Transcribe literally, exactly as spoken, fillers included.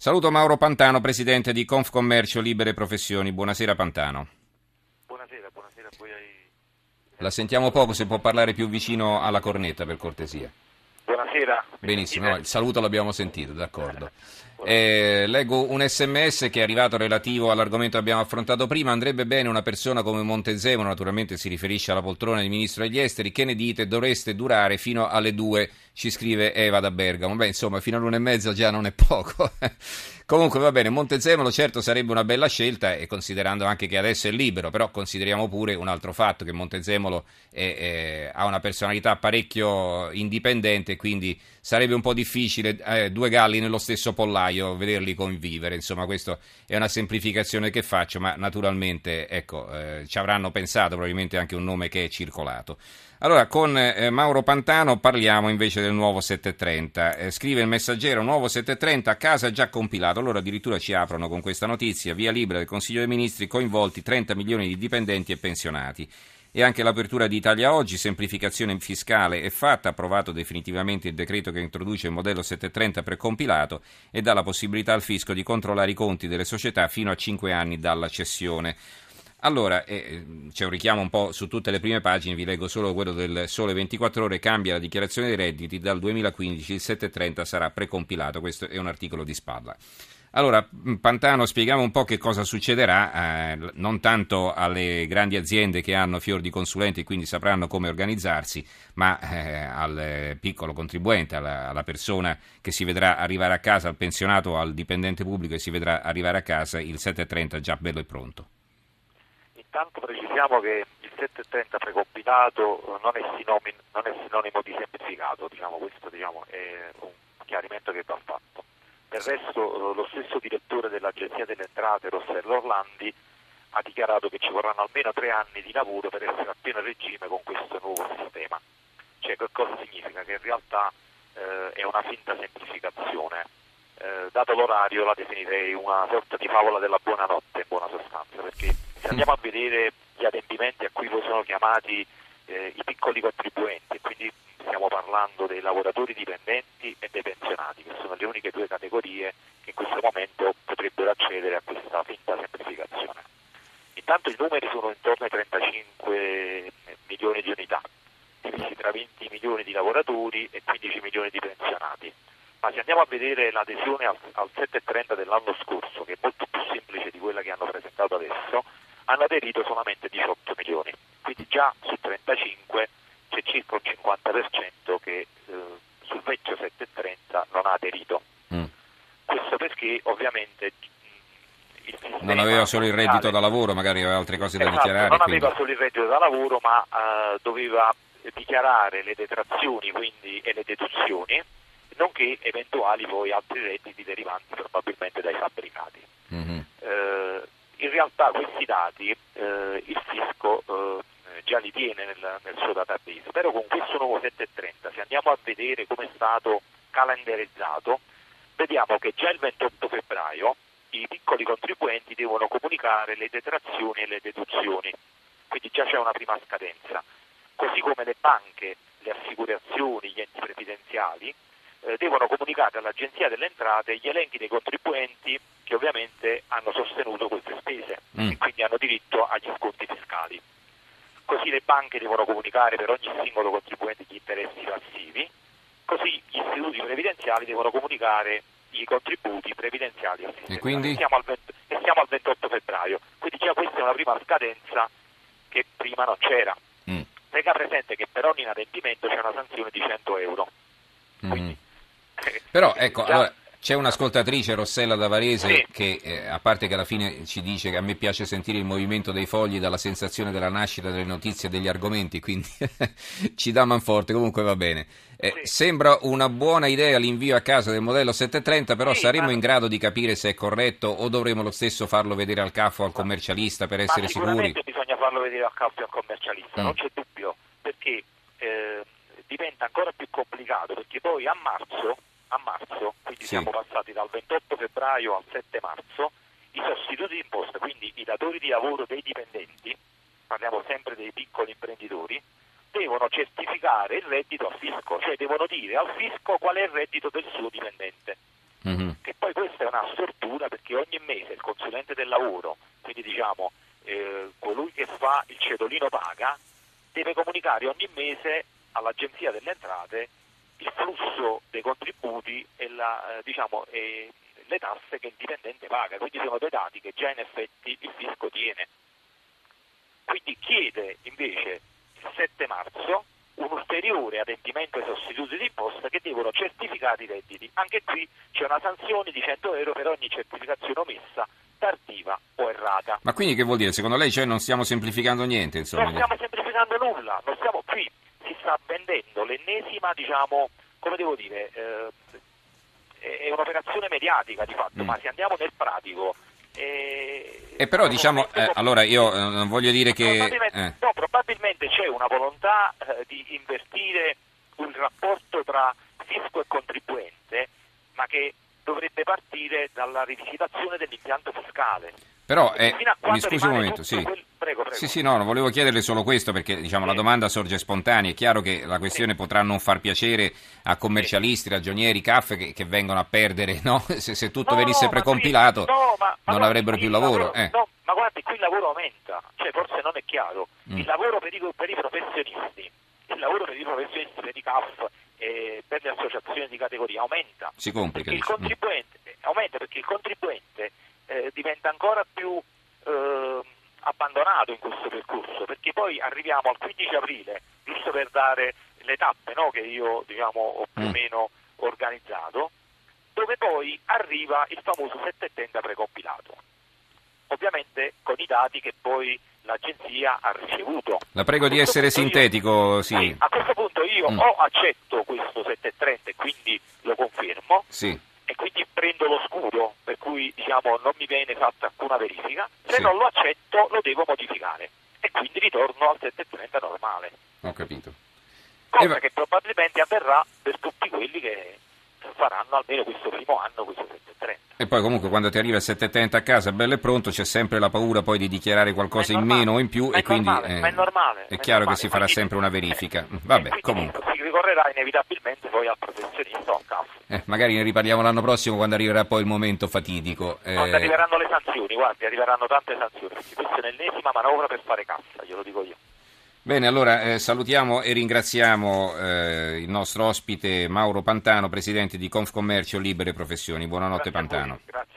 Saluto Mauro Pantano, presidente di Confcommercio Libere Professioni. Buonasera Pantano. Buonasera, buonasera a voi. La sentiamo poco, se può parlare più vicino alla cornetta per cortesia. Buonasera. Benissimo, no, il saluto l'abbiamo sentito, d'accordo. Eh, leggo un sms che è arrivato relativo all'argomento che abbiamo affrontato prima. Andrebbe bene una persona come Montezemolo, naturalmente si riferisce alla poltrona di ministro degli esteri. Che ne dite? Dovreste durare fino alle due, ci scrive Eva da Bergamo. Beh, insomma, fino all'una e mezza già non è poco. Comunque va bene, Montezemolo certo sarebbe una bella scelta, e considerando anche che adesso è libero, però consideriamo pure un altro fatto, che Montezemolo è, è, ha una personalità parecchio indipendente, quindi sarebbe un po' difficile eh, due galli nello stesso pollaio vederli convivere. Insomma, questa è una semplificazione che faccio, ma naturalmente ecco, eh, ci avranno pensato, probabilmente anche un nome che è circolato. Allora, con eh, Mauro Pantano parliamo invece del nuovo settecentotrenta. Eh, scrive il Messaggero: nuovo settecentotrenta a casa già compilato. Allora addirittura ci aprono con questa notizia: via libera del Consiglio dei Ministri, coinvolti trenta milioni di dipendenti e pensionati. E anche l'apertura di Italia Oggi, semplificazione fiscale è fatta, approvato definitivamente il decreto che introduce il modello settecentotrenta precompilato e dà la possibilità al fisco di controllare i conti delle società fino a cinque anni dalla cessione. Allora, eh, c'è un richiamo un po' su tutte le prime pagine, vi leggo solo quello del Sole ventiquattro Ore: cambia la dichiarazione dei redditi, dal duemilaquindici il settecentotrenta sarà precompilato. Questo è un articolo di Spalla. Allora, Pantano, spieghiamo un po' che cosa succederà, eh, non tanto alle grandi aziende che hanno fior di consulenti e quindi sapranno come organizzarsi, ma eh, al piccolo contribuente, alla, alla persona che si vedrà arrivare a casa, al pensionato o al dipendente pubblico che si vedrà arrivare a casa il settecentotrenta già bello e pronto. Intanto precisiamo che il settecentotrenta precompilato non è sinonimo, non è sinonimo di semplificato, diciamo, questo diciamo, è un chiarimento che va fatto. Del resto lo stesso direttore dell'Agenzia delle Entrate, Rossello Orlandi, ha dichiarato che ci vorranno almeno tre anni di lavoro per essere a pieno regime con questo nuovo sistema. Cioè, che cosa significa? Che in realtà eh, è una finta semplificazione. Eh, dato l'orario la definirei una sorta di favola della buonanotte, in buona sostanza, perché se andiamo a vedere gli adempimenti a cui poi sono chiamati eh, i piccoli contribuenti, quindi stiamo parlando dei lavoratori dipendenti e dei pensionati, che sono le uniche due categorie che in questo momento potrebbero accedere a questa finta semplificazione. Intanto i numeri sono intorno ai trentacinque milioni di unità, divisi tra venti milioni di lavoratori e quindici milioni di pensionati. Ma se andiamo a vedere l'adesione al, al settecentotrenta dell'anno scorso, che è molto più semplice di quella che hanno presentato adesso, hanno aderito solamente diciotto milioni. Quindi già su trentacinque c'è circa un cinquanta per cento che eh, sul vecchio settecentotrenta non ha aderito. Mm. Questo perché ovviamente il sistema non aveva solo il reddito da lavoro, magari aveva altre cose da esatto, dichiarare. Non quindi... aveva solo il reddito da lavoro, ma eh, doveva dichiarare le detrazioni quindi, e le deduzioni, nonché eventuali poi altri redditi derivanti probabilmente dai fabbricati. Mm-hmm. Eh, in realtà questi dati eh, il fisco eh, già li tiene nel, nel suo database, però con questo nuovo settecentotrenta, se andiamo a vedere come è stato calendarizzato, vediamo che già il ventotto febbraio i piccoli contribuenti devono comunicare le detrazioni e le deduzioni, quindi già c'è una prima scadenza, così come le banche, le assicurazioni, gli enti previdenziali eh, devono comunicare all'Agenzia delle Entrate gli elenchi dei contribuenti che ovviamente hanno sostenuto queste spese mm. e quindi hanno diritto agli sconti fiscali. Così le banche devono comunicare per ogni singolo contribuente gli interessi passivi, così gli istituti previdenziali devono comunicare i contributi previdenziali al sistema. E quindi? E siamo, al venti, e siamo al ventotto febbraio, quindi già questa è una prima scadenza che prima non c'era. Mm. Tenga presente che per ogni inadempimento c'è una sanzione di cento euro. Quindi, mm. Però ecco, già... allora, c'è un'ascoltatrice, Rossella da Varese, sì. che eh, a parte che alla fine ci dice che a me piace sentire il movimento dei fogli dalla sensazione della nascita delle notizie e degli argomenti, quindi ci dà manforte, comunque va bene. Eh, sì. Sembra una buona idea l'invio a casa del modello settecentotrenta, però sì, saremmo ma... in grado di capire se è corretto o dovremo lo stesso farlo vedere al C A F o al commercialista per essere sicuri? Sicuramente bisogna farlo vedere al C A F e al commercialista, mm. non c'è dubbio, perché eh, diventa ancora più complicato, perché poi a marzo a marzo, quindi sì. siamo passati dal ventotto febbraio al sette marzo, i sostituti di imposta, quindi i datori di lavoro dei dipendenti, parliamo sempre dei piccoli imprenditori, devono certificare il reddito al fisco, cioè devono dire al fisco qual è il reddito del suo dipendente. Mm-hmm. Che poi questa è una stortura, perché ogni mese il consulente del lavoro, quindi diciamo eh, colui che fa il cedolino paga, deve comunicare ogni mese all'Agenzia delle Entrate il flusso dei contributi e la, eh, diciamo, eh, le tasse che il dipendente paga, quindi sono dei dati che già in effetti il fisco tiene. Quindi chiede invece il sette marzo un ulteriore adempimento ai sostituti d'imposta che devono certificare i redditi. Anche qui c'è una sanzione di cento euro per ogni certificazione omessa, tardiva o errata. Ma quindi che vuol dire? Secondo lei, cioè, non stiamo semplificando niente, insomma? Non stiamo semplificando nulla, non stiamo qui, si sta vendendo l'ennesima, diciamo, come devo dire, eh, è un'operazione mediatica di fatto, mm. ma se andiamo nel pratico... E eh, però diciamo, eh, allora io eh, non voglio dire che... Probabilmente, eh. no, probabilmente c'è una volontà eh, di invertire un rapporto tra fisco e contribuente, ma che dovrebbe partire dalla rivisitazione dell'impianto fiscale. Però, eh, mi scusi un momento, sì. Quel... Prego, prego. Sì, sì, no, volevo chiederle solo questo perché diciamo sì. La domanda sorge spontanea. È chiaro che la questione sì. potrà non far piacere a commercialisti, ragionieri, caffè che, che vengono a perdere, no? Se, se tutto no, venisse no, precompilato qui, no, ma, ma non no, avrebbero più lavoro. lavoro eh. no, ma guardi, qui il lavoro aumenta, cioè forse non è chiaro. Mm. Il lavoro per i, per i professionisti, il lavoro per i professionisti, per i C A F e per le associazioni di categoria aumenta. Si complica. Perché il contribuente, mm. aumenta perché il contribuente eh, diventa ancora più eh, abbandonato in questo percorso, perché poi arriviamo al quindici aprile, giusto per dare le tappe, no, che io diciamo ho più o mm. meno organizzato, dove poi arriva il famoso settettanta precompilato, ovviamente con i dati che poi l'agenzia ha ricevuto. La prego di essere sintetico, io, sì. sì. A questo punto io mm. o accetto questo settecentotrenta e quindi lo confermo, sì. e quindi prendo lo scudo, per cui diciamo non mi viene fatta alcuna verifica, se sì. non lo accetto lo devo modificare e quindi ritorno al settecentotrenta normale. Ho capito. Cosa che probabilmente avverrà per tutti quelli che faranno almeno questo primo anno questo settecentotrenta. E poi comunque quando ti arriva il settecentotrenta a casa bello e pronto c'è sempre la paura poi di dichiarare qualcosa in meno o in più e quindi normale, eh, ma è, normale, è è chiaro normale. che si farà quindi, sempre una verifica. Vabbè, comunque. Si ricorrerà inevitabilmente poi al professionista o al C A F. Eh, magari ne riparliamo l'anno prossimo quando arriverà poi il momento fatidico. Eh... Quando arriveranno le sanzioni, guardi, arriveranno tante sanzioni, perché questa è l'ennesima manovra per fare cassa, glielo dico io. Bene, allora eh, salutiamo e ringraziamo eh, il nostro ospite Mauro Pantano, presidente di Confcommercio Libere Professioni. Buonanotte. Grazie Pantano. Grazie.